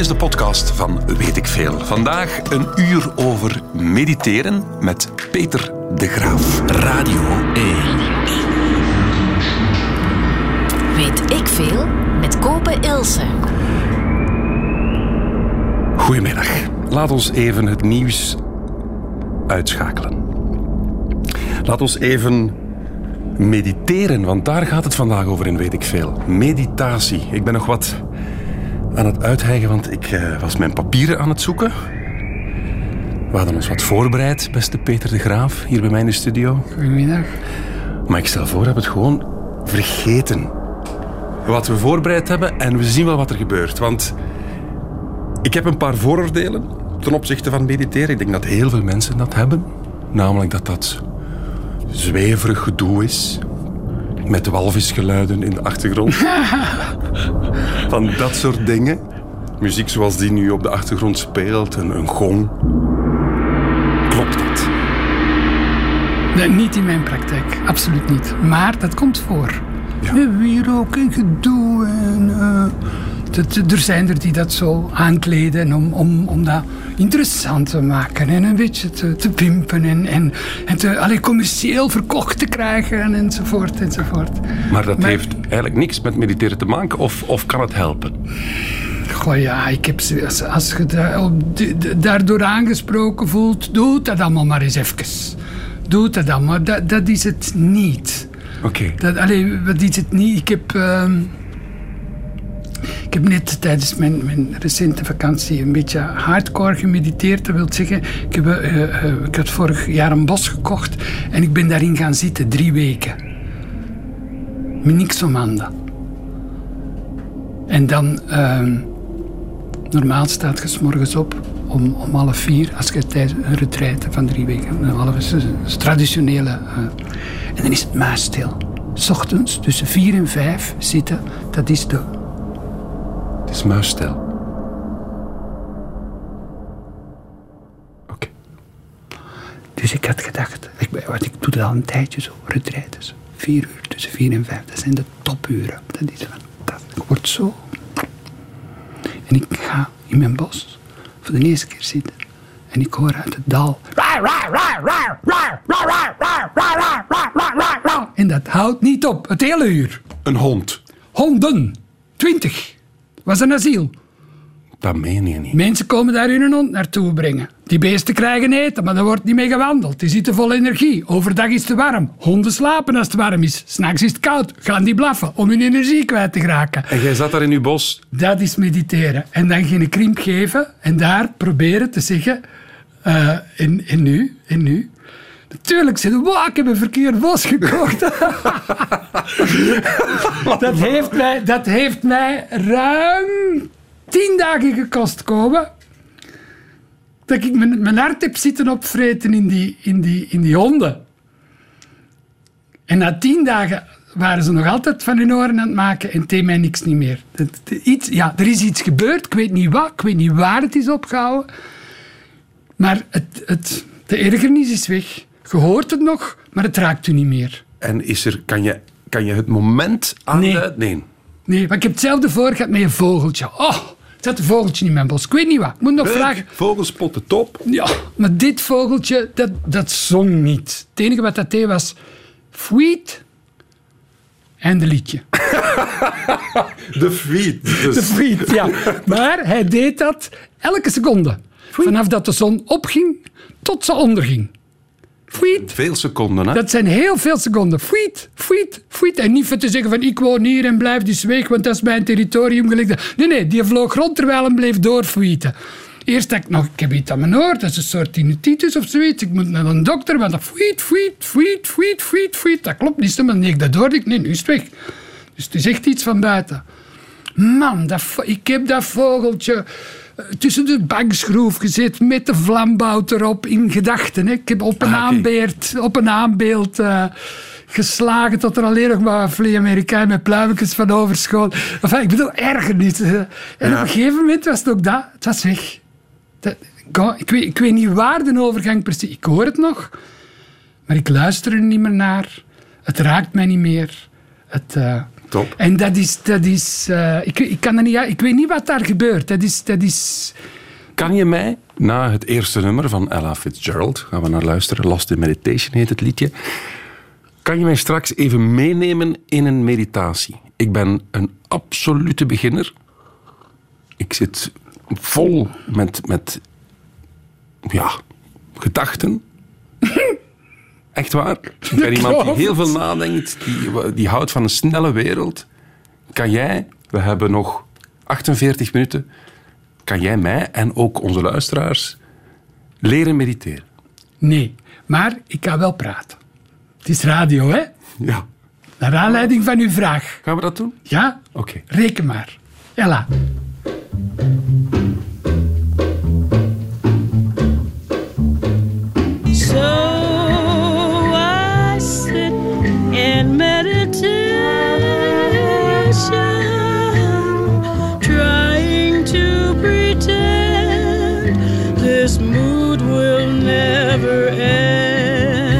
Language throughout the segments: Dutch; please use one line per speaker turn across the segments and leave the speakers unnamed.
is de podcast van Weet ik Veel. Vandaag een uur over mediteren met Peter de Graaf. Radio 1.
Weet ik Veel met Kopen Ilse.
Goedemiddag. Laat ons even het nieuws uitschakelen. Laat ons even mediteren, want daar gaat het vandaag over in Weet ik Veel. Meditatie. Ik ben nog wat aan het uithijgen, want ik was mijn papieren aan het zoeken. We hadden ons wat voorbereid, beste Peter de Graaf, hier bij mij in de studio.
Goedemiddag.
Maar ik stel voor dat we het gewoon vergeten. Wat we voorbereid hebben en we zien wel wat er gebeurt. Want ik heb een paar vooroordelen ten opzichte van mediteren. Ik denk dat heel veel mensen dat hebben. Namelijk dat dat zweverig gedoe is. Met walvisgeluiden in de achtergrond. Van dat soort dingen. Muziek zoals die nu op de achtergrond speelt. Een gong. Klopt dat?
Nee, niet in mijn praktijk. Absoluut niet. Maar dat komt voor.
Ja.
We hebben hier ook een gedoe. Er zijn er die dat zo aankleden om dat interessant te maken. En een beetje te pimpen. En te commercieel verkocht te krijgen. Enzovoort, enzovoort.
Maar dat heeft eigenlijk niks met mediteren te maken. Of kan het helpen?
Goh ja, als je daardoor aangesproken voelt, doe dat allemaal maar eens even. Doe dat allemaal. Dat is het niet.
Oké.
Wat is het niet? Ik heb net tijdens mijn recente vakantie een beetje hardcore gemediteerd. Dat wil zeggen, ik had vorig jaar een bos gekocht en ik ben daarin gaan zitten 3 weken. Met niks om handen. En dan, normaal staat je 's morgens op om 3:30, als je tijdens een retraite van 3 weken, is traditionele. En dan is het muisstil. 's Ochtends tussen 4 en 5 zitten, dat is de...
Het is muisstil. Oké.
Dus ik had gedacht, ik doe dat al een tijdje zo, retraites. 4 uur, tussen 4 en 5, dat zijn de topuren. Dat is fantastisch. Ik word zo... En ik ga in mijn bos voor de eerste keer zitten. En ik hoor uit het dal... En dat houdt niet op, het hele uur.
Een hond.
Honden. 20. Was een asiel.
Dat meen je niet.
Mensen komen daar hun hond naartoe brengen. Die beesten krijgen eten, maar daar wordt niet mee gewandeld. Die zitten vol energie. Overdag is het te warm. Honden slapen als het warm is. 's Nachts is het koud. Gaan die blaffen om hun energie kwijt te geraken.
En jij zat daar in je bos?
Dat is mediteren. En dan geen krimp geven. En daar proberen te zeggen... En nu? Natuurlijk zeggen wow, ik heb een verkeerd bos gekocht. dat heeft mij ruim 10 dagen gekost komen. Dat ik mijn hart heb zitten opvreten in die honden. En na 10 dagen waren ze nog altijd van hun oren aan het maken en deed mij niks niet meer. Er is iets gebeurd, ik weet niet wat, ik weet niet waar het is opgehouden. Maar de ergernis is weg. Je hoort het nog, maar het raakt u niet meer.
En kan je het moment aanduiden?
Nee, maar ik heb hetzelfde voor gehad met een vogeltje. Oh, er zat een vogeltje in mijn bos. Ik weet niet wat. Ik moet nog vragen.
Vogelspotten top.
Ja, maar dit vogeltje, dat zong niet. Het enige wat dat deed was... Fweet. En de liedje.
De fweet.
De fweet, ja. Maar hij deed dat elke seconde. Vanaf dat de zon opging tot ze onderging. Fweet.
Veel seconden, hè?
Dat zijn heel veel seconden. Fweet, fweet, fweet. En niet voor te zeggen van ik woon hier en blijf dus weg, want dat is mijn territorium gelegd. Nee, die vloog rond terwijl hij bleef doorfweeten. Eerst dacht ik heb iets aan mijn oor, dat is een soort tinnitus of zoiets. Ik moet naar een dokter, want dat fweet. Dat klopt niet, maar nee, dat hoorde ik. Nee, nu is het weg. Dus het is echt iets van buiten. Man, ik heb dat vogeltje tussen de bankschroef gezet met de vlambout erop in gedachten. Hè. Ik heb op een aanbeeld geslagen tot er alleen nog maar een vlee-Amerikaan met pluimpjes van overschoot. Enfin, ik bedoel, ergernis. En op een gegeven moment was het ook dat. Het was weg. Ik weet niet waar de overgang precies... Ik hoor het nog, maar ik luister er niet meer naar. Het raakt mij niet meer. Het
Top.
En dat is ik kan er niet, ik weet niet wat daar gebeurt. Dat is
Kan je mij, na het eerste nummer van Ella Fitzgerald, gaan we naar luisteren, Lost in Meditation heet het liedje, kan je mij straks even meenemen in een meditatie? Ik ben een absolute beginner. Ik zit vol met gedachten. Echt waar. Ik ben iemand die heel veel nadenkt, die houdt van een snelle wereld. Kan jij, we hebben nog 48 minuten, kan jij mij en ook onze luisteraars leren mediteren?
nee, maar ik kan wel praten. Het is radio, hè?
Ja.
Naar aanleiding van uw vraag.
Gaan we dat doen?
Ja?
Oké.
Reken maar. Ella.
So I sit in meditation, trying to pretend this mood will never end.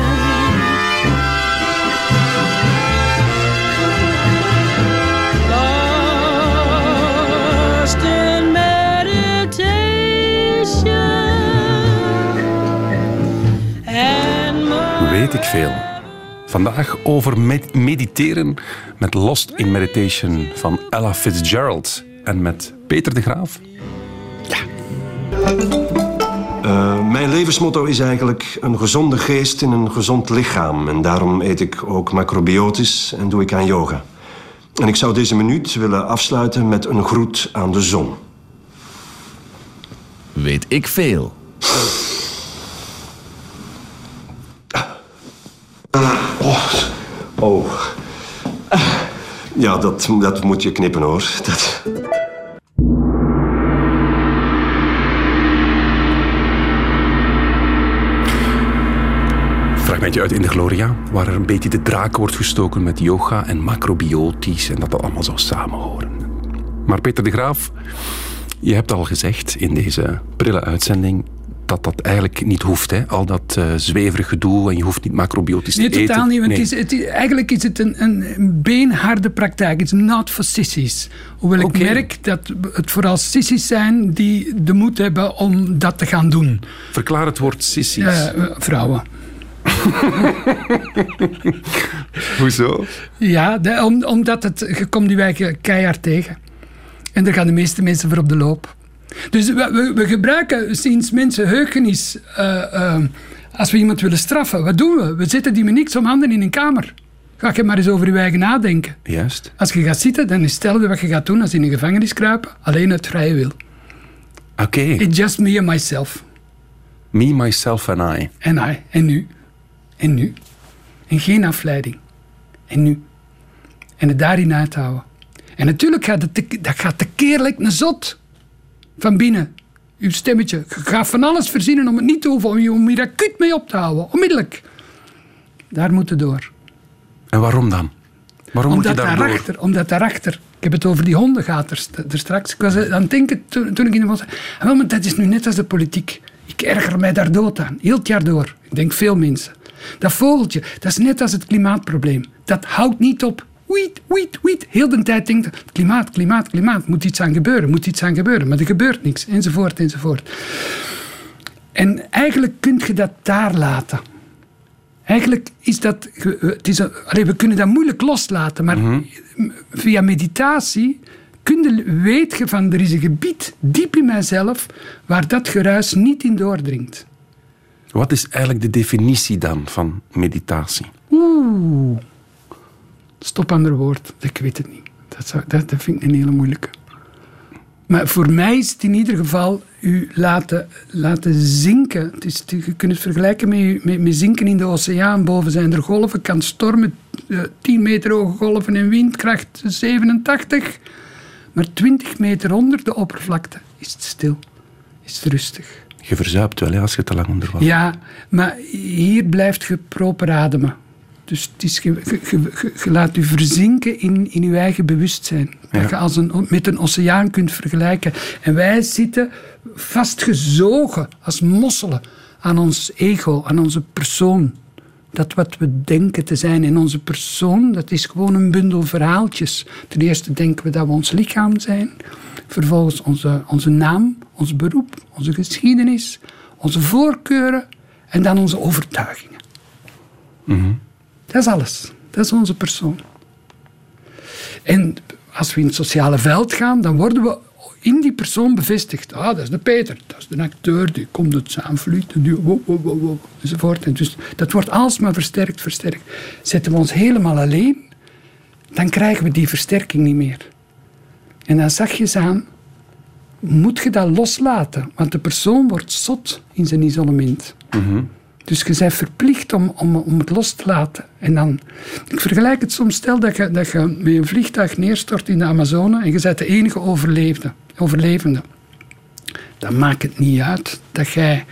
Lost in meditation.
Weet ik veel. Vandaag over mediteren met Lost in Meditation van Ella Fitzgerald en met Peter de Graaf.
Mijn levensmotto is eigenlijk een gezonde geest in een gezond lichaam. En daarom eet ik ook macrobiotisch en doe ik aan yoga. En ik zou deze minuut willen afsluiten met een groet aan de zon.
Weet ik veel.
Ja, dat moet je knippen, hoor.
Fragmentje uit In de Gloria, waar er een beetje de draak wordt gestoken met yoga en macrobiotisch en dat allemaal zou samenhoren. Maar Peter de Graaf, je hebt al gezegd in deze prille uitzending dat eigenlijk niet hoeft, hè? Al dat zweverig gedoe en je hoeft niet macrobiotisch te eten.
Nee, totaal niet. Want
Nee.
eigenlijk is het een beenharde praktijk. It's not for sissies. Hoewel ik merk dat het vooral sissies zijn die de moed hebben om dat te gaan doen.
Verklaar het woord sissies.
Vrouwen.
Hoezo?
Ja, omdat je komt die wijken keihard tegen. En daar gaan de meeste mensen voor op de loop. Dus we gebruiken sinds mensenheugenis, als we iemand willen straffen, wat doen we? We zetten die met niks om handen in een kamer. Ga je maar eens over je eigen nadenken.
Juist.
Als je gaat zitten, dan is hetzelfde wat je gaat doen als je in een gevangenis kruipen. Alleen uit vrije wil.
Oké.
It's just me and myself.
Me, myself and I.
En I. En nu. En nu. En geen afleiding. En nu. En het daarin uithouden. En natuurlijk dat gaat tekeer lijkt een zot. Van binnen. Uw stemmetje. Je gaat van alles verzinnen om het niet te hoeven. Om hier acuut mee op te houden. Onmiddellijk. Daar moet het door.
En waarom dan? Waarom moet je daardoor?
Omdat daarachter... Ik heb het over die hondengaat er straks. Ik was aan het denken toen ik in de bos... Maar dat is nu net als de politiek. Ik erger mij daar dood aan. Heel het jaar door. Ik denk veel mensen. Dat vogeltje, dat is net als het klimaatprobleem. Dat houdt niet op. Wiet. Heel de tijd denkt klimaat. Moet iets aan gebeuren. Maar er gebeurt niks. Enzovoort. En eigenlijk kun je dat daar laten. Eigenlijk is dat... we kunnen dat moeilijk loslaten. Maar via meditatie weet je van... Er is een gebied diep in mijzelf... waar dat geruis niet in doordringt.
Wat is eigenlijk de definitie dan van meditatie?
Stopander woord, ik weet het niet. Dat vind ik een hele moeilijke. Maar voor mij is het in ieder geval u laten zinken. Je kunt het vergelijken met zinken in de oceaan. Boven zijn er golven, kan stormen, 10 meter hoge golven en windkracht 87. Maar 20 meter onder de oppervlakte is het stil, is het rustig.
Je verzuipt wel, hè, als je te lang onder was.
Ja, maar hier blijft je proper ademen. Dus het is, je laat je verzinken in je eigen bewustzijn. Dat je met een oceaan kunt vergelijken. En wij zitten vastgezogen als mosselen aan ons ego, aan onze persoon. dat wat we denken te zijn in onze persoon, dat is gewoon een bundel verhaaltjes. Ten eerste denken we dat we ons lichaam zijn. Vervolgens onze naam, ons beroep, onze geschiedenis, onze voorkeuren en dan onze overtuigingen. Dat is alles. Dat is onze persoon. En als we in het sociale veld gaan, dan worden we in die persoon bevestigd. Dat is de Peter, dat is de acteur, die komt het aanvloeit, wow, enzovoort. En dus dat wordt alsmaar versterkt. Zetten we ons helemaal alleen, dan krijgen we die versterking niet meer. En dan zachtjes aan, moet je dat loslaten. Want de persoon wordt zot in zijn isolement. Dus je bent verplicht om het los te laten. En dan, ik vergelijk het soms, stel dat je met een vliegtuig neerstort in de Amazone en je bent de enige overlevende. Dan maakt het niet uit dat jij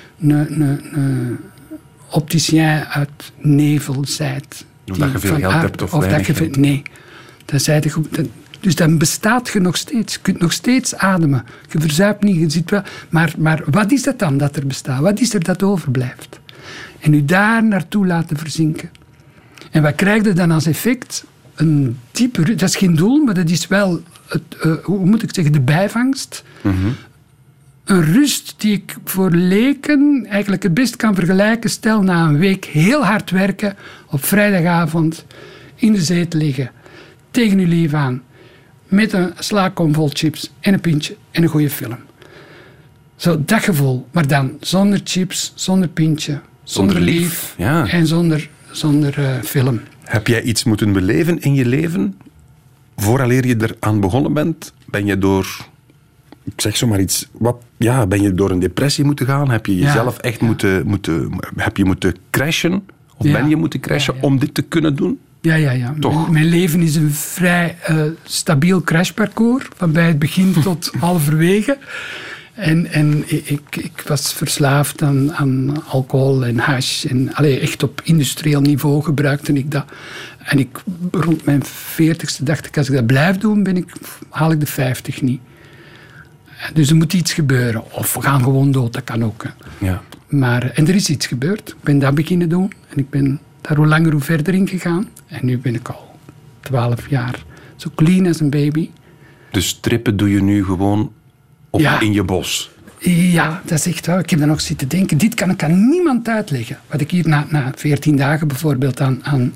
een opticien uit nevel zijt.
Of dat je veel geld hebt of weinig geld.
Nee, dat zei je goed. Dus dan bestaat je nog steeds. Je kunt nog steeds ademen. Je verzuipt niet, je ziet wel. Maar wat is dat dan dat er bestaat? Wat is er dat overblijft? En u daar naartoe laten verzinken. En wat krijg je dan als effect? Een diepe rust. Dat is geen doel, maar dat is wel, hoe moet ik zeggen, de bijvangst. Een rust die ik voor leken eigenlijk het best kan vergelijken. Stel na een week heel hard werken, op vrijdagavond in de zetel liggen, tegen uw lief aan, met een slaapkom vol chips en een pintje en een goede film. Zo, dat gevoel. Maar dan zonder chips, zonder pintje, zonder lief
ja.
En zonder film.
Heb jij iets moeten beleven in je leven vooraleer je eraan begonnen bent? Ben je door, ik zeg zomaar iets, ben je door een depressie moeten gaan? Heb je jezelf echt moeten crashen? Of ben je moeten crashen om dit te kunnen doen?
Ja.
Toch?
Mijn leven is een vrij stabiel crashparcours. Van bij het begin tot halverwege. En ik was verslaafd aan alcohol en hash. En echt op industrieel niveau gebruikte ik dat. En ik, rond mijn 40ste dacht ik, als ik dat blijf doen, haal ik de 50 niet. Dus er moet iets gebeuren. Of we gaan gewoon dood, dat kan ook. Hè.
Ja.
En er is iets gebeurd. Ik ben dat beginnen doen. En ik ben daar hoe langer hoe verder in gegaan. En nu ben ik al 12 jaar zo clean als een baby.
Dus trippen doe je nu gewoon in je bos?
Ja, dat is echt wel. Ik heb dan nog zitten denken. Dit kan ik aan niemand uitleggen. Wat ik hier na 14 dagen bijvoorbeeld aan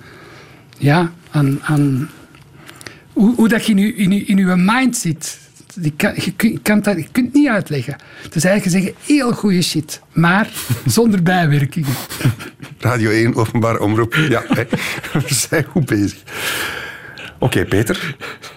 hoe dat je in je mind zit. Je kunt het niet uitleggen. Het is eigenlijk zeggen, heel goede shit. Maar zonder bijwerkingen.
Radio 1, openbare omroep. Ja, we zijn goed bezig. Oké, Peter.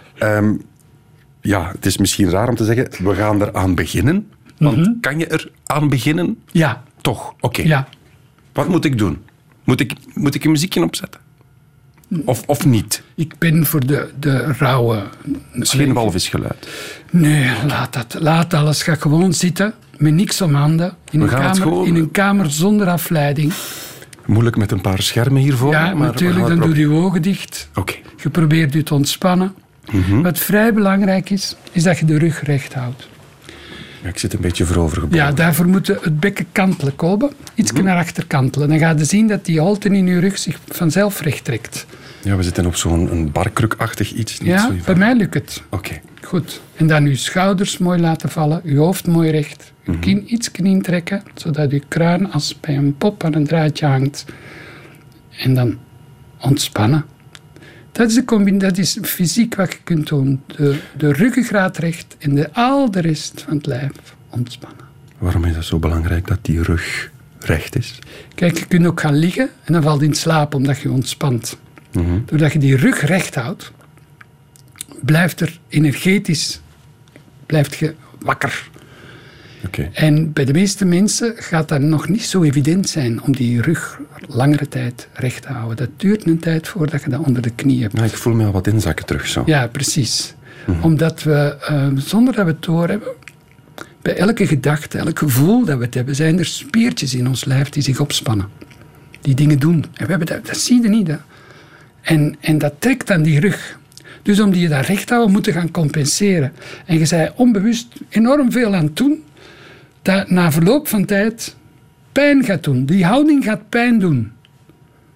Het is misschien raar om te zeggen, we gaan eraan beginnen. Want kan je er aan beginnen?
Ja.
Toch? Oké.
Ja.
Wat moet ik doen? Moet ik een muziekje opzetten? Of niet?
Ik ben voor de rauwe...
Geen walvisgeluid.
Nee, laat dat. Laat alles. Ga gewoon zitten, met niks om handen. In een kamer zonder afleiding.
Moeilijk met een paar schermen hiervoor.
Ja, maar natuurlijk, dan doe je ogen dicht.
Oké.
Je probeert je te ontspannen. Wat vrij belangrijk is dat je de rug recht houdt.
Ja, ik zit een beetje voorovergebogen.
Ja, daarvoor moet het bekken kantelen komen. Iets naar achter kantelen. Dan ga je zien dat die holte in je rug zich vanzelf recht trekt.
Ja, we zitten op zo'n barkrukachtig iets.
Bij mij lukt het.
Oké.
Goed. En dan uw schouders mooi laten vallen, uw hoofd mooi recht, uw kin iets intrekken, zodat uw kruin als bij een pop aan een draadje hangt. En dan ontspannen. Dat is fysiek wat je kunt doen. De ruggengraat recht en al de rest van het lijf ontspannen.
Waarom is dat zo belangrijk dat die rug recht is?
Kijk, je kunt ook gaan liggen en dan valt je in slaap omdat je ontspant. Doordat je die rug recht houdt, blijft er energetisch wakker.
Okay.
En bij de meeste mensen gaat dat nog niet zo evident zijn om die rug langere tijd recht te houden. Dat duurt een tijd voordat je dat onder de knie hebt.
Ja, ik voel me al wat inzakken terug zo.
Ja, precies. Omdat we, zonder dat we het doorhebben, bij elke gedachte, elk gevoel dat we het hebben, zijn er spiertjes in ons lijf die zich opspannen. Die dingen doen. En we hebben dat zie je niet. Hè. En dat trekt aan die rug. Dus om die daar recht te houden, moeten gaan compenseren. En je zei onbewust enorm veel aan het doen, dat na verloop van tijd pijn gaat doen. Die houding gaat pijn doen.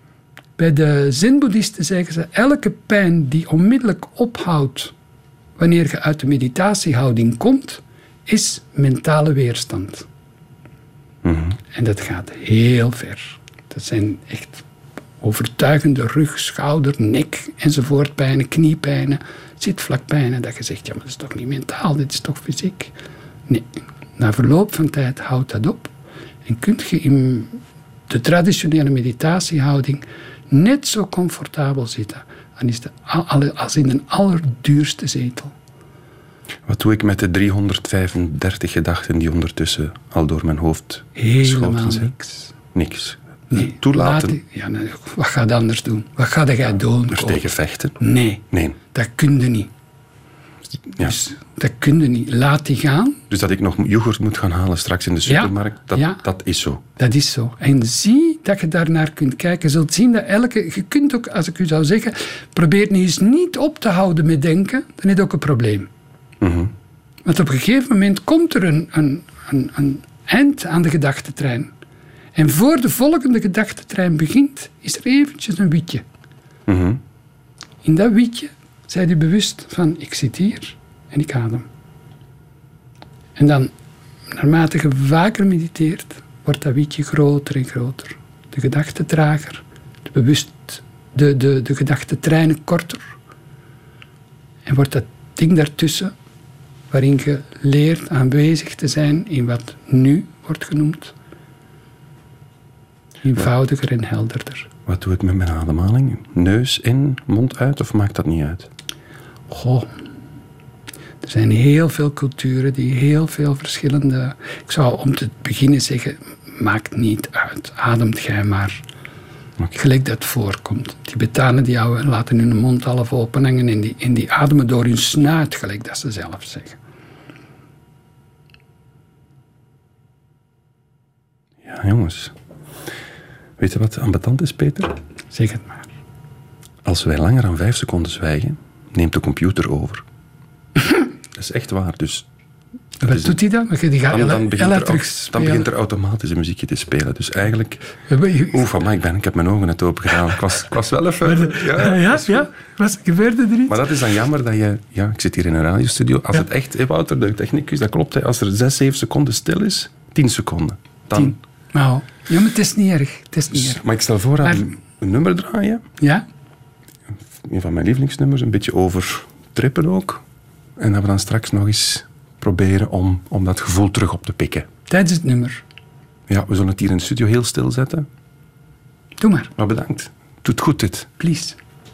Bij de zen-boeddhisten zeggen ze, elke pijn die onmiddellijk ophoudt wanneer je uit de meditatiehouding komt, is mentale weerstand. En dat gaat heel ver. Dat zijn echt overtuigende rug, schouder, nek enzovoort pijnen, kniepijnen, zitvlakpijnen. Dat je zegt, ja, maar dat is toch niet mentaal, dit is toch fysiek? Nee, na verloop van tijd houdt dat op. En kun je in de traditionele meditatiehouding net zo comfortabel zitten als in een allerduurste zetel.
Wat doe ik met de 335 gedachten die ondertussen al door mijn hoofd
Helemaal
schoten zijn?
niks.
Niks.
Nee,
Toelaten.
Wat ga je anders doen? Wat ga jij doen?
Er tegen vechten?
Nee,
Nee.
dat kun je niet.
Ja.
Dus dat kun je niet. Laat die gaan.
Dus dat ik nog yoghurt moet gaan halen straks in de supermarkt, dat is zo.
Dat is zo. En zie dat je daarnaar kunt kijken. Je zult zien dat je kunt ook, als ik u zou zeggen, probeer nu eens niet op te houden met denken, dan is het ook een probleem. Want op een gegeven moment komt er een eind aan de gedachtentrein. En voor de volgende gedachtentrein begint, is er eventjes een wietje. In dat wietje zijt u bewust van, ik zit hier en ik adem. En dan, naarmate je vaker mediteert, wordt dat wietje groter en groter. De gedachten trager, de gedachtentreinen korter. En wordt dat ding daartussen, waarin je leert aanwezig te zijn in wat nu wordt genoemd, eenvoudiger en helderder.
Wat doe ik met mijn ademhaling? Neus in, mond uit of maakt dat niet uit?
Goh, er zijn heel veel culturen die heel veel verschillende... Ik zou om te beginnen zeggen, maakt niet uit. Ademt jij maar. Gelijk dat voorkomt. Tibetanen die laten hun mond half open hangen en die ademen door hun snuit, gelijk dat ze zelf zeggen.
Ja, jongens. Weet je wat ambetant is, Peter?
Zeg het maar.
Als wij langer dan 5 seconden zwijgen, neemt de computer over. Dat is echt waar. Dus
wat doet hij dan? Die gaat
dan begint er
spelen.
automatisch een muziekje te spelen. Dus eigenlijk... ik heb mijn ogen net open gedaan. Ik was wel even...
Wat gebeurde er iets?
Maar dat is dan jammer dat je... Ja, ik zit hier in een radiostudio. Als het echt... Wouter, de technicus, dat klopt. Hè, als er 6, 7 seconden stil is, 10 seconden. Dan...
10. Nou, ja, maar het is niet erg. Het is niet erg.
Maar ik stel voor dat we een nummer draaien.
Ja?
Een van mijn lievelingsnummers. Een beetje over trippen ook. En dat we dan straks nog eens proberen om dat gevoel terug op te pikken.
Tijdens het nummer.
Ja, we zullen het hier in de studio heel stil zetten.
Doe maar.
Maar bedankt. Doet goed dit.
Please.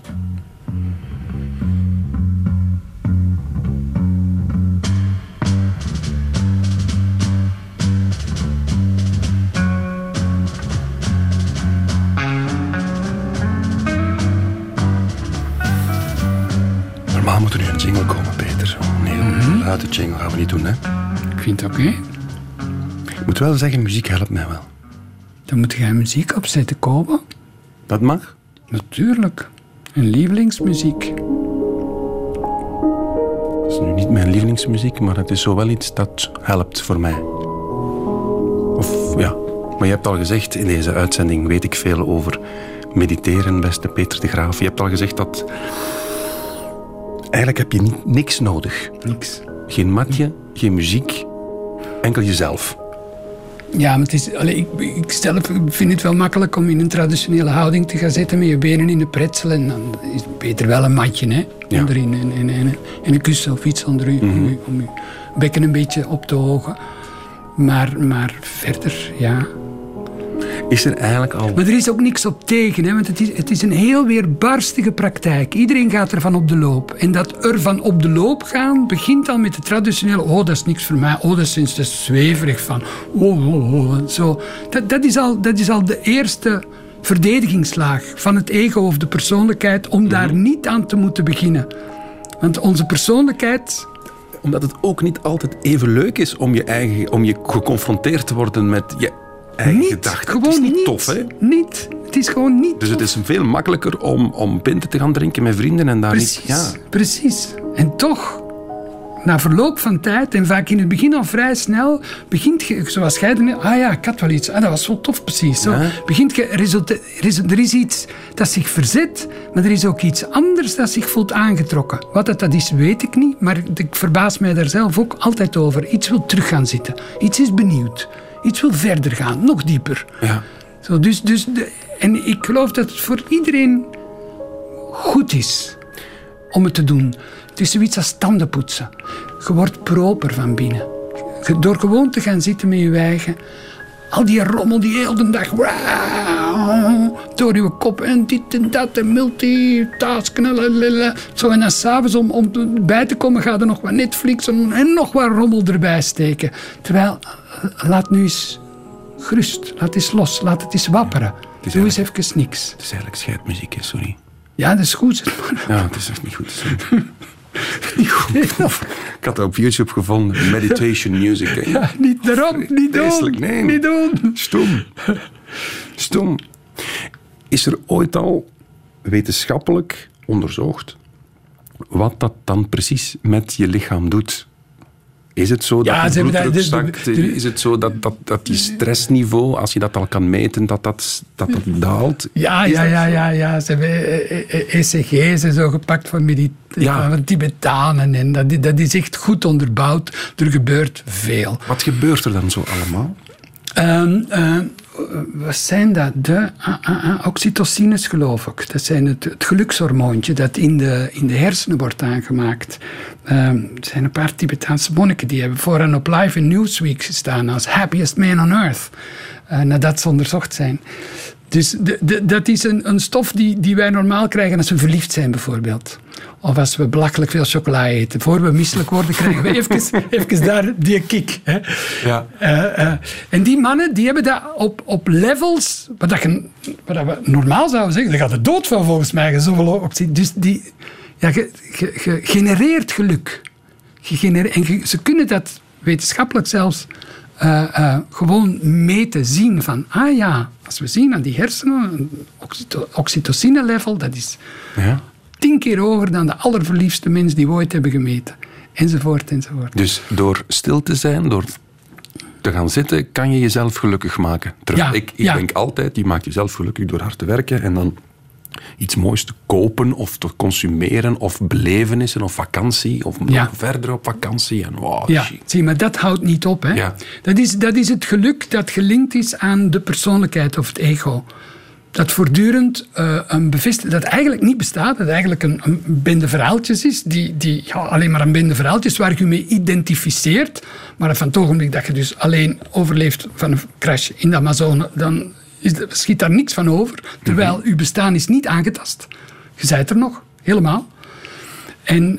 Normaal moet er nu een jingle komen, Peter. Nee, een luide jingle gaan we niet doen, hè.
Ik vind het oké.
Ik moet wel zeggen, muziek helpt mij wel.
Dan moet jij muziek opzetten, Kobe.
Dat mag.
Natuurlijk. En lievelingsmuziek.
Dat is nu niet mijn lievelingsmuziek, maar het is zo wel iets dat helpt voor mij. Of ja, maar je hebt al gezegd in deze uitzending, weet ik veel over mediteren, beste Peter de Graaf. Je hebt al gezegd dat... Eigenlijk heb je niks nodig.
Niks.
Geen matje, geen muziek, enkel jezelf.
Ja, maar het is, ik vind het wel makkelijk om in een traditionele houding te gaan zitten met je benen in de pretzel. En dan is het beter wel een matje, hè?
Ja.
Onderin en een kussen of iets onder u, om je bekken een beetje op te hogen. Maar verder, ja...
Is er eigenlijk al...
Maar er is ook niks op tegen, hè, want het is een heel weerbarstige praktijk. Iedereen gaat ervan op de loop. En dat ervan op de loop gaan begint al met de traditionele... Oh, dat is niks voor mij. Oh, dat is zweverig van... Oh. Zo. Dat is al de eerste verdedigingslaag van het ego of de persoonlijkheid om daar niet aan te moeten beginnen. Want onze persoonlijkheid...
Omdat het ook niet altijd even leuk is om je geconfronteerd te worden met je eigen gedachten.
Gewoon
het is niet
niet,
tof, hè?
Niet. Het is gewoon niet.
Dus het is veel makkelijker om pinten te gaan drinken met vrienden en daar
Precies,
niet... Ja.
precies. En toch na verloop van tijd, en vaak in het begin al vrij snel, begint je, zoals jij er net, ik had wel iets, dat was zo tof precies. Zo, begint je, er is iets dat zich verzet, maar er is ook iets anders dat zich voelt aangetrokken. Wat dat is, weet ik niet, maar ik verbaas mij daar zelf ook altijd over. Iets wil terug gaan zitten, iets is benieuwd, iets wil verder gaan, nog dieper.
Ja.
Zo, en ik geloof dat het voor iedereen goed is om het te doen. Het is zoiets als tandenpoetsen. Je wordt proper van binnen. Door gewoon te gaan zitten met je eigen. Al die rommel die heel de dag door je kop en dit en dat en multitasken. Zo, en dan s'avonds om bij te komen ga je nog wat Netflix en nog wat rommel erbij steken. Terwijl, laat nu eens gerust. Laat eens los. Laat het eens wapperen. Doe eens even niks.
Het is eigenlijk scheidmuziek, hè, sorry.
Ja, dat is goed.
Ja, het is echt niet goed. Sorry. Ik had dat op YouTube gevonden. Meditation music. Hè.
Ja, niet daarom. Niet doen.
Nee.
Niet doen.
Stom. Is er ooit al wetenschappelijk onderzocht wat dat dan precies met je lichaam doet? Is het zo dat je bloeddruk zakt? Is het zo dat je stressniveau, als je dat al kan meten, dat daalt?
Ja. Ze hebben ECG's en zo gepakt van Tibetanen. En dat is echt goed onderbouwd. Er gebeurt veel.
Wat gebeurt er dan zo allemaal?
Wat zijn dat? De oxytocines, geloof ik. Dat zijn het gelukshormoontje dat in de hersenen wordt aangemaakt. Er zijn een paar Tibetaanse monniken die hebben vooraan op Live in Newsweek gestaan als happiest man on earth. Nadat ze onderzocht zijn. Dus dat is een stof die wij normaal krijgen als we verliefd zijn, bijvoorbeeld. Of als we belachelijk veel chocola eten. Voor we misselijk worden, krijgen we even daar die kick. Hè. Ja. En die mannen, die hebben dat op levels, wat we normaal zouden zeggen, daar gaat de dood van volgens mij. Zoveel oxytocine. Dus je genereert geluk. En ze kunnen dat wetenschappelijk zelfs gewoon meten, zien van, als we zien aan die hersenen, een oxytocine-level, dat is 10 keer hoger dan de allerverliefdste mens die we ooit hebben gemeten. Enzovoort.
Dus door stil te zijn, door te gaan zitten, kan je jezelf gelukkig maken. Ik denk altijd, je maakt jezelf gelukkig door hard te werken en dan iets moois te kopen of te consumeren of belevenissen of vakantie of nog verder op vakantie. En
zie, maar dat houdt niet op. Hè? Ja. Dat is het geluk dat gelinkt is aan de persoonlijkheid of het ego. Dat voortdurend een bevestiging, dat eigenlijk niet bestaat, dat eigenlijk een bende verhaaltjes is, die alleen maar een bende verhaaltjes waar je mee identificeert, maar van het ogenblik dat je dus alleen overleeft van een crash in de Amazone, dan schiet daar niks van over, terwijl uw bestaan is niet aangetast. Je zijt er nog, helemaal. En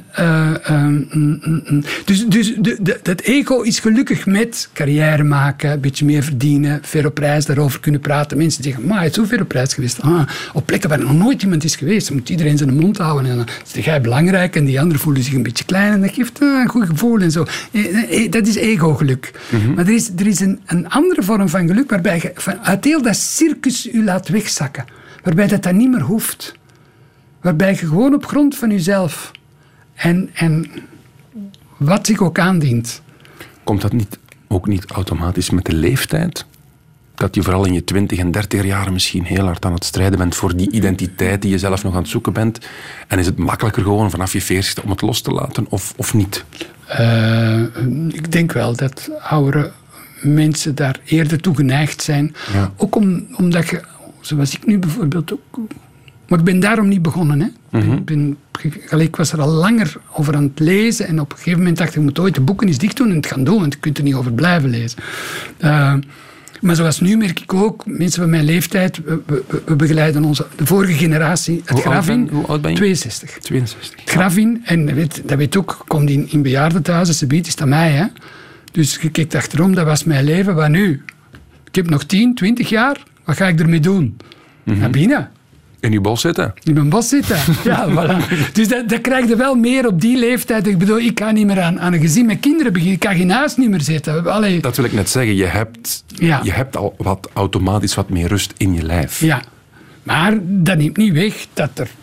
dus dat ego is gelukkig met carrière maken, een beetje meer verdienen, ver op reis, daarover kunnen praten. Mensen zeggen, maar hij is zo ver op reis geweest. Op plekken waar nog nooit iemand is geweest. Dan moet iedereen zijn mond houden. En dan is jij belangrijk en die anderen voelen zich een beetje klein. En dat geeft een goed gevoel en zo. Dat is ego-geluk. Mm-hmm. Maar er is een andere vorm van geluk waarbij je uit heel dat circus je laat wegzakken. Waarbij dat niet meer hoeft. Waarbij je gewoon op grond van jezelf en wat zich ook aandient.
Komt dat ook niet automatisch met de leeftijd? Dat je vooral in je 20 en 30 jaren misschien heel hard aan het strijden bent voor die identiteit die je zelf nog aan het zoeken bent. En is het makkelijker gewoon vanaf je 40ste om het los te laten of niet?
Ik denk wel dat oudere mensen daar eerder toe geneigd zijn. Ja. Ook omdat je, zoals ik nu bijvoorbeeld ook. Maar ik ben daarom niet begonnen. Hè. Mm-hmm. Ik was er al langer over aan het lezen en op een gegeven moment dacht ik, je moet ooit de boeken eens dicht doen en het gaan doen, want je kunt er niet over blijven lezen. Maar zoals nu merk ik ook, mensen van mijn leeftijd, we begeleiden de vorige generatie het graf in.
Hoe oud ben je?
62. Het
62.
graf in, en dat weet ook, komt in bejaardentehuizen, ze biedt, is dat mij. Hè. Dus je kijkt achterom, dat was mijn leven, wat nu? Ik heb nog 10, 20 jaar, wat ga ik ermee doen? Mm-hmm. Naar binnen.
In uw bos zitten?
In mijn bos zitten, ja, voilà. Dus dat krijg je wel meer op die leeftijd. Ik bedoel, ik kan niet meer aan een gezin met kinderen beginnen. Ik kan geen huis niet meer zitten. Allee.
Dat wil ik net zeggen. Je hebt al automatisch wat meer rust in je lijf.
Ja, maar dat neemt niet weg dat er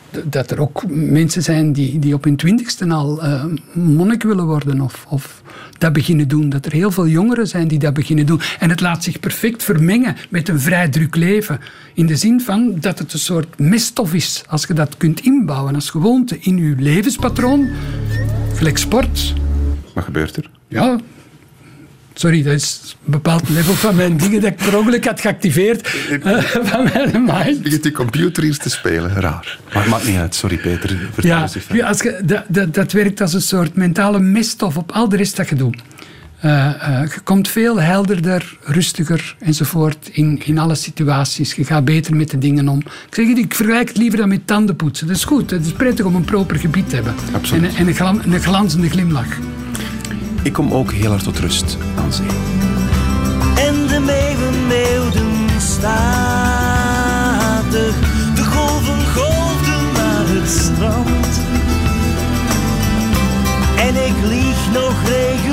dat er ook mensen zijn die op hun 20ste al monnik willen worden of dat beginnen doen. Dat er heel veel jongeren zijn die dat beginnen doen. En het laat zich perfect vermengen met een vrij druk leven. In de zin van dat het een soort meststof is. Als je dat kunt inbouwen als gewoonte in je levenspatroon, gelijk sport.
Wat gebeurt er?
Ja, sorry, dat is een bepaald level van mijn dingen dat ik per ongeluk had geactiveerd van mijn mind.
Begint die computer hier te spelen? Raar. Maar het maakt niet uit. Sorry, Peter. Vertel eens even.
Ja, als je, dat werkt als een soort mentale meststof op al de rest dat je doet. Je komt veel helderder, rustiger enzovoort in alle situaties. Je gaat beter met de dingen om. Ik vergelijk het liever dan met tandenpoetsen. Dat is goed. Het is prettig om een proper gebied te hebben.
Absoluut.
En een glanzende glimlach.
Ik kom ook heel hard tot rust aan zee.
En de meeuwen meeuwden statig. De golven golfden naar het strand. En ik lieg nog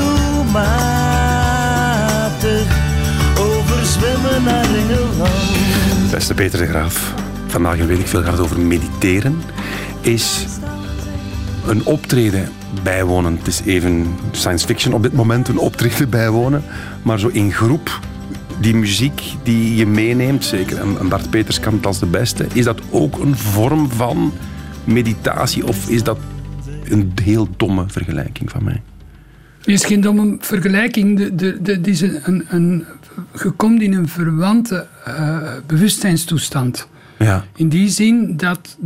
regelmatig over zwemmen naar Engeland.
Beste Peter de Graaf, vandaag weet ik veel gaat over mediteren. Is een optreden bijwonen. Het is even science fiction op dit moment, een optreden bijwonen. Maar zo in groep, die muziek die je meeneemt, zeker, en Bart Peters kan het als de beste, is dat ook een vorm van meditatie of is dat een heel domme vergelijking van mij?
Het is geen domme vergelijking. Het is je komt in een verwante bewustzijnstoestand.
Ja.
In die zin dat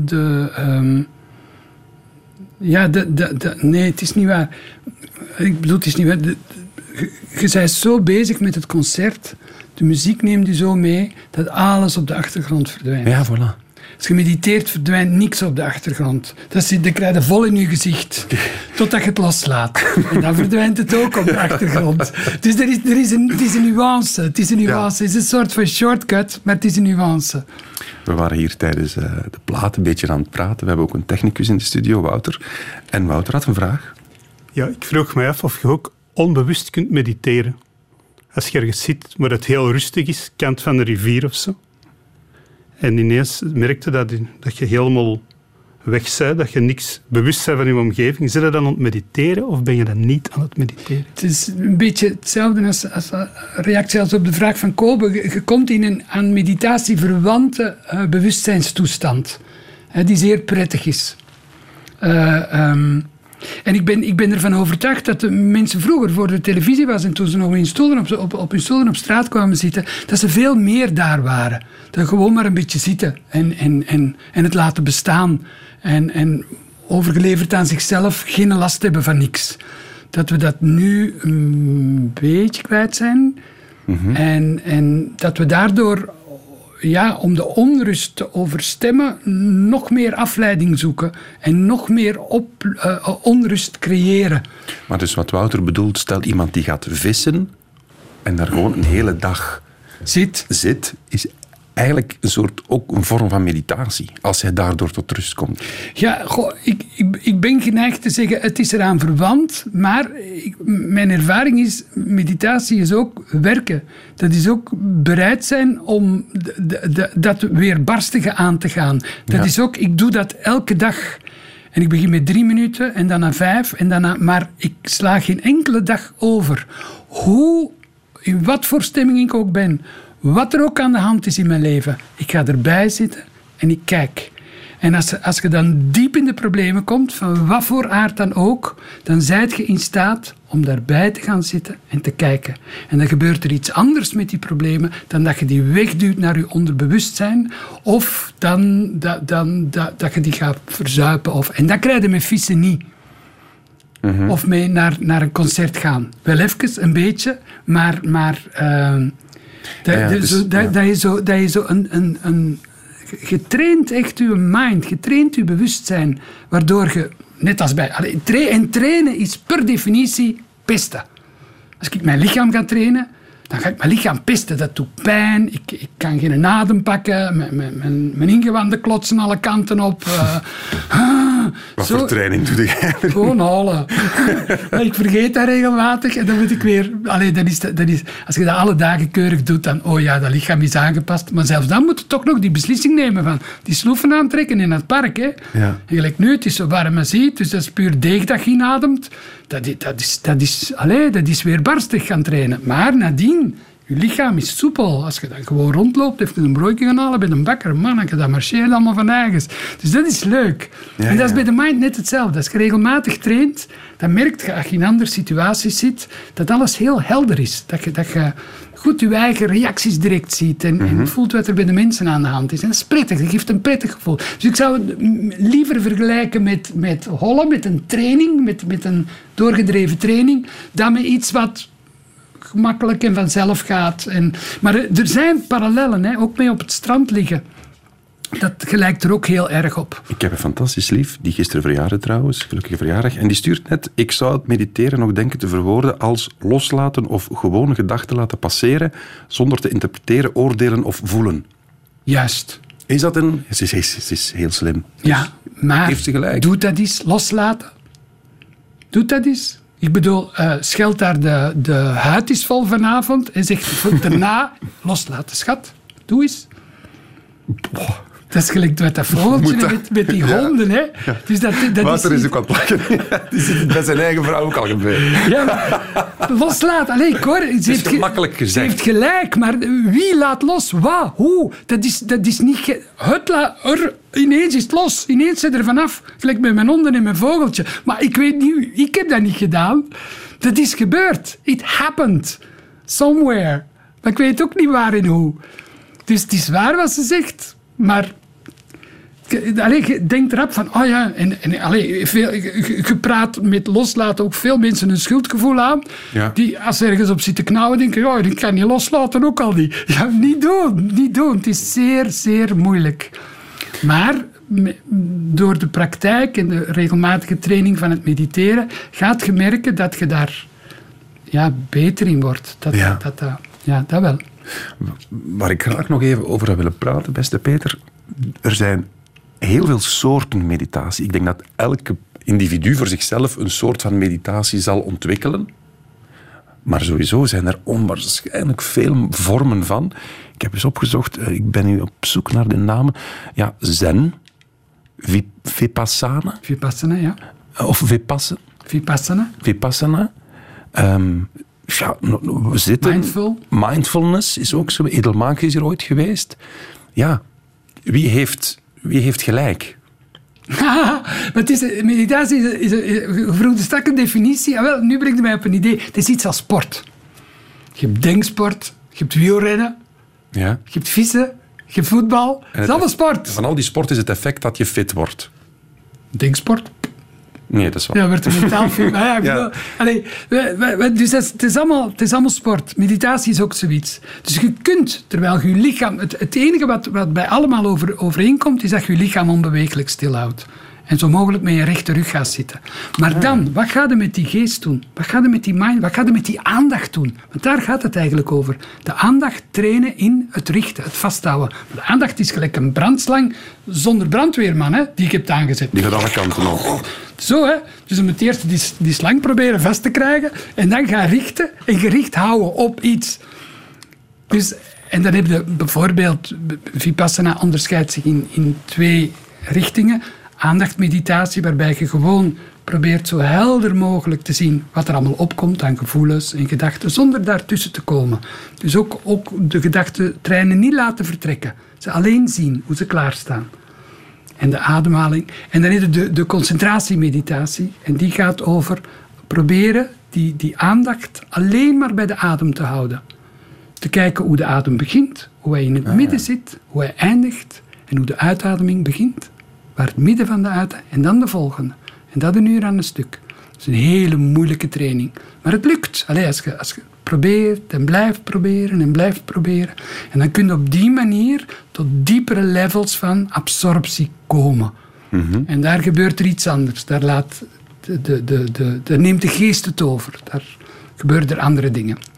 nee, het is niet waar. Ik bedoel, het is niet waar. Je bent zo bezig met het concert. De muziek neemt je zo mee dat alles op de achtergrond verdwijnt.
Ja, voilà.
Als je mediteert, verdwijnt niks op de achtergrond. Dan krijg je vol in je gezicht. Totdat je het loslaat. En dan verdwijnt het ook op de achtergrond. Dus het is een nuance. Het is een nuance. Het is een soort van shortcut, maar het is een nuance.
We waren hier tijdens de plaat een beetje aan het praten. We hebben ook een technicus in de studio, Wouter. En Wouter had een vraag.
Ja, ik vroeg me af of je ook onbewust kunt mediteren. Als je ergens zit waar het heel rustig is, kant van de rivier of zo. En ineens merkte dat je helemaal weg bent, dat je niks bewust bent van je omgeving. Zit je dan aan het mediteren of ben je dan niet aan het mediteren?
Het is een beetje hetzelfde als reactie als op de vraag van Kobe. Je komt in een aan meditatie verwante bewustzijnstoestand. Die zeer prettig is. En ik ben ervan overtuigd dat de mensen vroeger voor de televisie was en toen ze nog op hun stoelen op straat kwamen zitten, dat ze veel meer daar waren. Dat gewoon maar een beetje zitten en het laten bestaan. En overgeleverd aan zichzelf, geen last hebben van niks. Dat we dat nu een beetje kwijt zijn. Mm-hmm. En dat we daardoor, om de onrust te overstemmen, nog meer afleiding zoeken en nog meer onrust creëren.
Maar dus wat Wouter bedoelt, stel iemand die gaat vissen en daar gewoon een hele dag zit, is eigenlijk ook een vorm van meditatie, als hij daardoor tot rust komt.
Ja, ik ben geneigd te zeggen, het is eraan verwant, maar mijn ervaring is, meditatie is ook werken. Dat is ook bereid zijn om dat weerbarstige aan te gaan. Dat is ook, ik doe dat elke dag. En ik begin met 3 minuten en daarna 5 en daarna, maar ik sla geen enkele dag over. In wat voor stemming ik ook ben, wat er ook aan de hand is in mijn leven, ik ga erbij zitten en ik kijk. En als je dan diep in de problemen komt, van wat voor aard dan ook, dan zijt je in staat om daarbij te gaan zitten en te kijken. En dan gebeurt er iets anders met die problemen dan dat je die wegduwt naar je onderbewustzijn of dan dat je die gaat verzuipen. En dat krijg je met vissen niet. Mm-hmm. Of mee naar een concert gaan. Wel even, een beetje, maar dat je zo een getraind echt je mind, getraind je bewustzijn, waardoor je, net als bij... trainen is per definitie pesten. Als ik mijn lichaam ga trainen, dan ga ik mijn lichaam pesten. Dat doet pijn. Ik kan geen adem pakken. Mijn ingewanden klotsen alle kanten op.
Wat voor training doe jij?
Gewoon halen. Ik vergeet dat regelmatig. En dan moet ik weer... dat is, als je dat alle dagen keurig doet, dan... Oh ja, dat lichaam is aangepast. Maar zelfs dan moet je toch nog die beslissing nemen van... Die sloeven aantrekken in het park. Hè.
Ja.
En gelijk nu, het is zo warm als ziet. Dus dat is puur deeg dat je inademt. Dat is weer barstig gaan trainen. Maar nadien... Je lichaam is soepel. Als je dan gewoon rondloopt, heeft je een broodje gaan halen bij een bakker. Man, dat marcheert allemaal van eigens. Dus dat is leuk.
Ja,
en dat is
ja.
bij de mind net hetzelfde. Als je regelmatig traint, dan merk je, als je in andere situaties zit, dat alles heel helder is. Dat je goed je eigen reacties direct ziet en voelt wat er bij de mensen aan de hand is. En dat is prettig. Dat geeft een prettig gevoel. Dus ik zou het liever vergelijken met hollen, met een training, met een doorgedreven training, dan met iets wat gemakkelijk en vanzelf gaat. Maar er zijn parallellen, hè, ook mee op het strand liggen. Dat gelijkt er ook heel erg op.
Ik heb een fantastisch lief, die gisteren verjaarde trouwens, gelukkige verjaardag, en die stuurt net, ik zou het mediteren nog denken te verwoorden als loslaten of gewone gedachten laten passeren, zonder te interpreteren, oordelen of voelen.
Juist.
Is dat een... Het is heel slim.
Ja, maar
heeft ze gelijk.
doe dat eens, loslaten. Doe dat eens. Ik bedoel, scheld daar de huid is vol vanavond en zeg daarna loslaten. Schat, doe eens. Dat is gelijk met dat vogeltje met die honden. Hè.
Ja.
Dus dat
Wouter is ook aan het lachen. Die zit het bij zijn eigen vrouw ook al gebeurd.
Ja, maar loslaten. Allee, ik hoor,
Het is gemakkelijk gezegd.
Ze heeft gelijk, maar wie laat los? Wat? Hoe? Dat is niet... Ineens is het los. Ineens zit er vanaf. Gelijk met mijn honden en mijn vogeltje. Maar ik weet niet... Ik heb dat niet gedaan. Dat is gebeurd. It happened. Somewhere. Maar ik weet ook niet waar en hoe. Dus het is waar wat ze zegt. Maar... je denkt erop van, oh ja, je praat met loslaten ook veel mensen een schuldgevoel aan. Ja. Die, als ze ergens op zitten knauwen, denken, oh, ik kan niet loslaten, ook al niet. Ja, niet doen. Het is zeer, zeer moeilijk. Maar door de praktijk en de regelmatige training van het mediteren, gaat je merken dat je daar beter in wordt. Dat wel.
Waar ik graag nog even over zou willen praten, beste Peter, er zijn heel veel soorten meditatie. Ik denk dat elke individu voor zichzelf een soort van meditatie zal ontwikkelen. Maar sowieso zijn er onwaarschijnlijk veel vormen van. Ik heb eens opgezocht, ik ben nu op zoek naar de namen. Ja, Zen, Vipassana.
Vipassana, ja.
Of
Vipassana.
Vipassana. We zitten... Mindfulness is ook zo. Edelmaak is er ooit geweest. Ja, wie heeft gelijk?
Maar meditatie je vroeg de strakke definitie. Wel, nu brengt het mij op een idee. Het is iets als sport. Je hebt denksport, je hebt wielrennen, je hebt vissen, je hebt voetbal. Het is allemaal sport.
Van al die sport is het effect dat je fit wordt.
Denksport?
Nee, dat is waar.
Ja, wordt er mentaal fit. Dus het is allemaal sport. Meditatie is ook zoiets. Dus je kunt, terwijl je lichaam... Het enige wat bij allemaal overeenkomt, is dat je lichaam onbeweeglijk stilhoudt. En zo mogelijk met je rechte rug gaat zitten. Maar dan, wat ga je met die geest doen? Wat ga je met die mind? Wat ga je met die aandacht doen? Want daar gaat het eigenlijk over. De aandacht trainen in het richten, het vasthouden. De aandacht is gelijk een brandslang zonder brandweerman, hè, die ik heb aangezet.
Die gaat alle kanten op.
Zo, hè. Dus je moet eerst die slang proberen vast te krijgen en dan gaan richten en gericht houden op iets. Dus, en dan heb je bijvoorbeeld... Vipassana onderscheidt zich in 2 richtingen. Aandachtmeditatie, waarbij je gewoon probeert zo helder mogelijk te zien wat er allemaal opkomt aan gevoelens en gedachten, zonder daartussen te komen. Dus ook de gedachtentreinen niet laten vertrekken. Ze alleen zien hoe ze klaarstaan. En de ademhaling. En dan heb je de concentratiemeditatie. En die gaat over proberen die aandacht alleen maar bij de adem te houden. Te kijken hoe de adem begint, hoe hij in het midden zit, hoe hij eindigt en hoe de uitademing begint. Waar het midden van de uitademing en dan de volgende. En dat 1 uur aan een stuk. Dat is een hele moeilijke training. Maar het lukt. Als je probeert en blijft proberen en blijft proberen. En dan kun je op die manier tot diepere levels van absorptie komen. Mm-hmm. En daar gebeurt er iets anders. Daar neemt de geest het over. Daar gebeuren er andere dingen.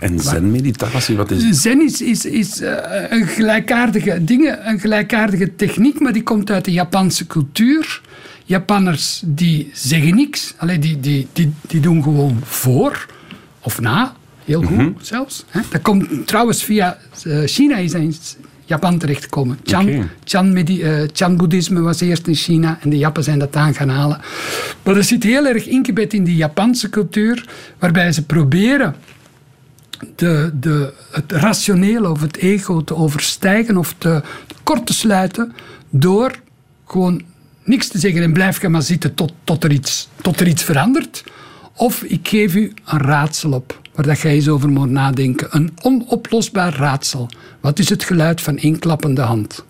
En zen-meditatie, wat is het?
Zen is een gelijkaardige techniek, maar die komt uit de Japanse cultuur. Japanners die zeggen niks, die doen gewoon voor of na, heel goed zelfs. Hè. Dat komt trouwens via China is in Japan terechtgekomen. Chan-boeddhisme was eerst in China en de Jappen zijn dat aan gaan halen. Maar dat zit heel erg ingebed in die Japanse cultuur, waarbij ze proberen het rationele of het ego te overstijgen of te kort te sluiten door gewoon niks te zeggen en blijf je maar zitten tot er iets verandert. Of ik geef u een raadsel op, waar dat jij eens over moet nadenken. Een onoplosbaar raadsel. Wat is het geluid van één klappende hand?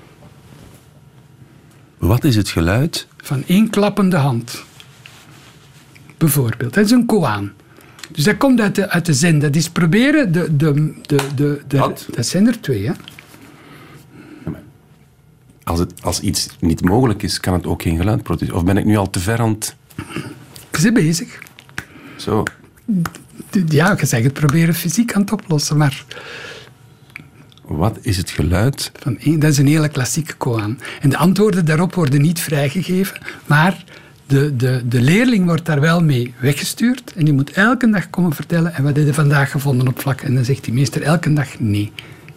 Wat is het geluid?
Van één klappende hand. Bijvoorbeeld. Dat is een koan. Dus dat komt uit de zen. Dat is proberen dat zijn er 2, hè?
Als iets niet mogelijk is, kan het ook geen geluid produceren. Of ben ik nu al te ver aan het...
Ik ben bezig.
Zo.
Ja, je zegt het proberen fysiek aan het oplossen, maar...
Wat is het geluid?
Dat is een hele klassieke koan. En de antwoorden daarop worden niet vrijgegeven, maar de leerling wordt daar wel mee weggestuurd en die moet elke dag komen vertellen en wat heb je vandaag gevonden op vlak? En dan zegt die meester elke dag nee.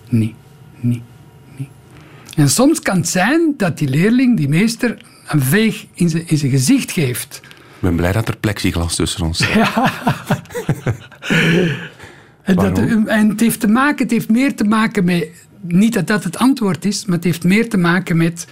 En soms kan het zijn dat die leerling, die meester, een veeg in zijn gezicht geeft.
Ik ben blij dat er plexiglas tussen ons staat.
Ja. En het heeft meer te maken met... Niet dat het antwoord is, maar het heeft meer te maken met...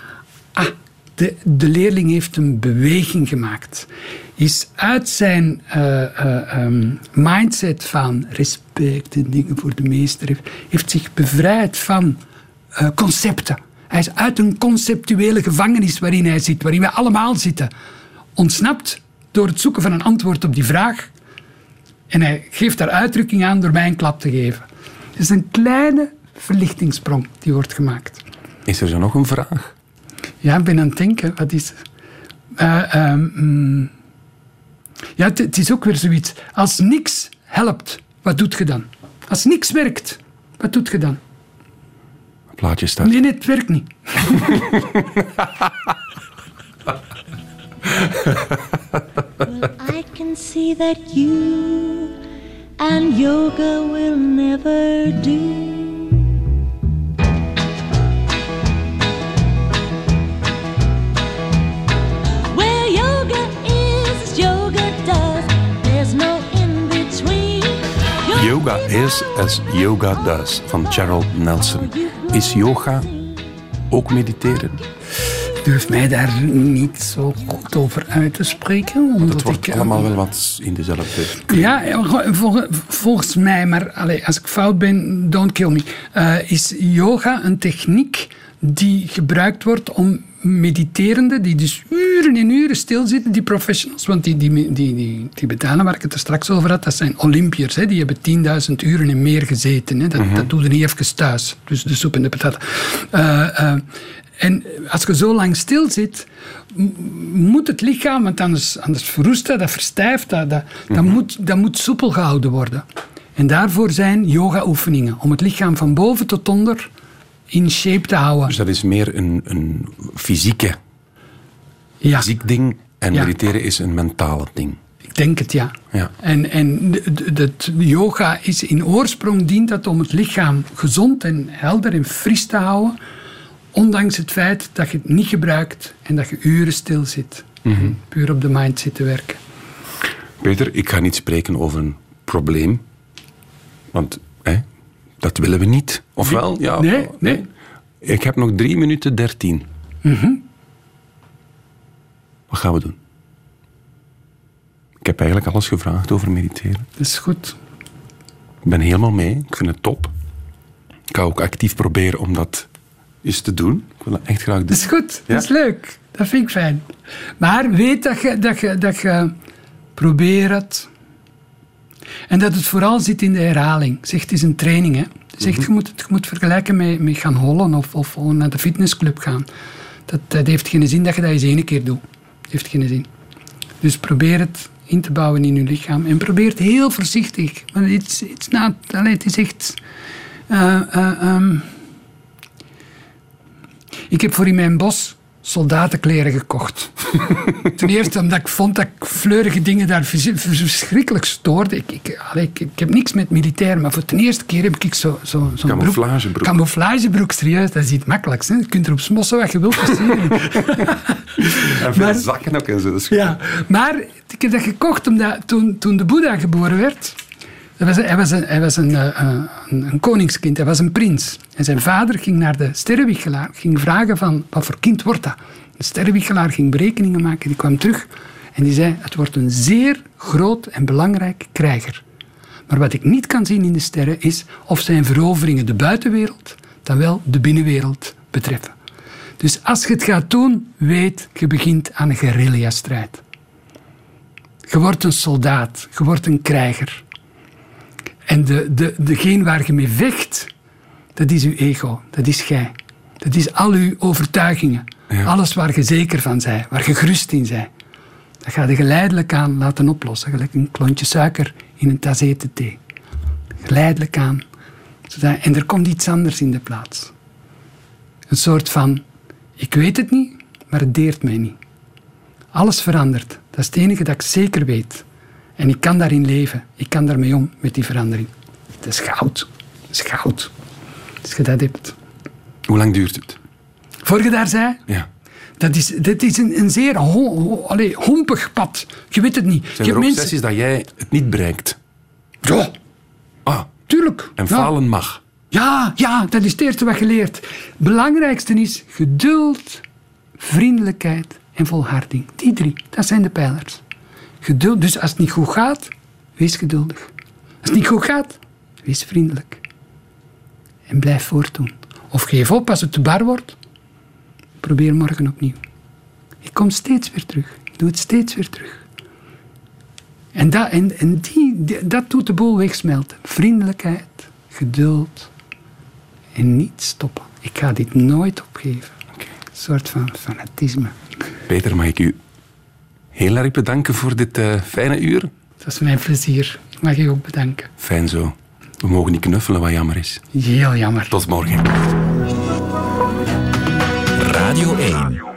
De leerling heeft een beweging gemaakt. Is uit zijn mindset van respect en dingen voor de meester... heeft zich bevrijd van concepten. Hij is uit een conceptuele gevangenis waarin hij zit, waarin wij allemaal zitten, ontsnapt door het zoeken van een antwoord op die vraag. En hij geeft daar uitdrukking aan door mij een klap te geven. Het is een kleine verlichtingssprong die wordt gemaakt.
Is er zo nog een vraag?
Ja, ik ben aan het denken. Wat is Ja, het is ook weer zoiets. Als niks helpt, wat doet je dan? Als niks werkt, wat doet je dan?
Plaatje staat.
Nee, het werkt niet.
Well, I can see that you and yoga will never do. Where yoga is, yoga does. There's no in between.
Yoga is as yoga does, van Gerald Nelson. Is yoga ook mediteren?
Ik durf mij daar niet zo goed over uit te spreken. Omdat
Het wordt allemaal wel wat in dezelfde...
Ja, volgens mij, maar als ik fout ben, don't kill me. Is yoga een techniek die gebruikt wordt om mediterenden, die dus uren en uren stilzitten, die professionals, want die Tibetanen waar ik het er straks over had, dat zijn Olympiërs, hè, die hebben 10.000 uren en meer gezeten. Hè. Dat doe je niet even thuis, dus de soep en de patat. En als je zo lang stil zit, moet het lichaam, want anders verroest dat verstijft, dat moet soepel gehouden worden. En daarvoor zijn yoga-oefeningen, om het lichaam van boven tot onder in shape te houden.
Dus dat is meer een fysiek ding en mediteren is een mentale ding.
Ik denk het, ja.
Ja.
En het yoga is in oorsprong dient dat om het lichaam gezond en helder en fris te houden, ondanks het feit dat je het niet gebruikt en dat je uren stil zit. Puur op de mind zit te werken.
Peter, ik ga niet spreken over een probleem, want dat willen we niet. Ofwel? Ja,
Nee.
Ik heb nog 3 minuten 13. Wat gaan we doen? Ik heb eigenlijk alles gevraagd over mediteren.
Dat is goed.
Ik ben helemaal mee. Ik vind het top. Ik ga ook actief proberen om dat eens te doen. Ik wil dat echt graag doen.
Dat is goed.
Ja?
Dat is leuk. Dat vind ik fijn. Maar weet dat je probeert. En dat het vooral zit in de herhaling. Zeg, het is een training. Hè. Zeg, je moet vergelijken met gaan hollen of naar de fitnessclub gaan. Dat heeft geen zin dat je dat eens 1 keer doet. Dat heeft geen zin. Dus probeer het in te bouwen in je lichaam. En probeert heel voorzichtig. Want het is echt... Ik heb voor in mijn bos soldatenkleren gekocht. Ten eerste omdat ik vond dat ik fleurige dingen daar verschrikkelijk stoorde. Ik heb niks met militair, maar voor de eerste keer heb ik zo'n
Camouflagebroek.
Camouflagebroek, serieus, dat is iets makkelijks. Hè? Je kunt erop smossen wat je wilt.
En veel zakken ook en zo. Dat is goed.
Ja, maar ik heb dat gekocht omdat toen de Boeddha geboren werd... Hij was een koningskind, hij was een prins. En zijn vader ging naar de sterrenwichelaar, ging vragen van wat voor kind wordt dat. De sterrenwichelaar ging berekeningen maken, die kwam terug en die zei het wordt een zeer groot en belangrijk krijger. Maar wat ik niet kan zien in de sterren is of zijn veroveringen de buitenwereld dan wel de binnenwereld betreffen. Dus als je het gaat doen, weet je begint aan een guerrilla-strijd. Je wordt een soldaat, je wordt een krijger. En degene waar je mee vecht, dat is je ego, dat is jij. Dat is al je overtuigingen. Ja. Alles waar je zeker van bent, waar je gerust in bent. Dat ga je geleidelijk aan laten oplossen. Gelijk een klontje suiker in een tas hete thee. Geleidelijk aan. En er komt iets anders in de plaats. Een soort van, ik weet het niet, maar het deert mij niet. Alles verandert. Dat is het enige dat ik zeker weet. En ik kan daarin leven. Ik kan daarmee om, met die verandering. Dat is goud. Dat is goud. Als je dat hebt.
Hoe lang duurt het?
Voor je daar zei?
Ja.
Dat is een zeer hompig pad. Je weet het niet.
Zijn er ook sessies dat jij het niet bereikt?
Ja.
Ah.
Tuurlijk.
En falen mag.
Ja, dat is het eerste wat je leert. Het belangrijkste is geduld, vriendelijkheid en volharding. Die 3, dat zijn de pijlers. Geduld, dus als het niet goed gaat, wees geduldig. Als het niet goed gaat, wees vriendelijk. En blijf voortdoen. Of geef op als het te bar wordt. Probeer morgen opnieuw. Ik kom steeds weer terug. Ik doe het steeds weer terug. En dat doet de boel wegsmelten. Vriendelijkheid, geduld en niet stoppen. Ik ga dit nooit opgeven. Okay. Een soort van fanatisme.
Peter, mag ik u heel erg bedanken voor dit fijne uur.
Het was mijn plezier. Ik mag je ook bedanken.
Fijn zo. We mogen niet knuffelen, wat jammer is.
Heel jammer.
Tot morgen.
Radio 1.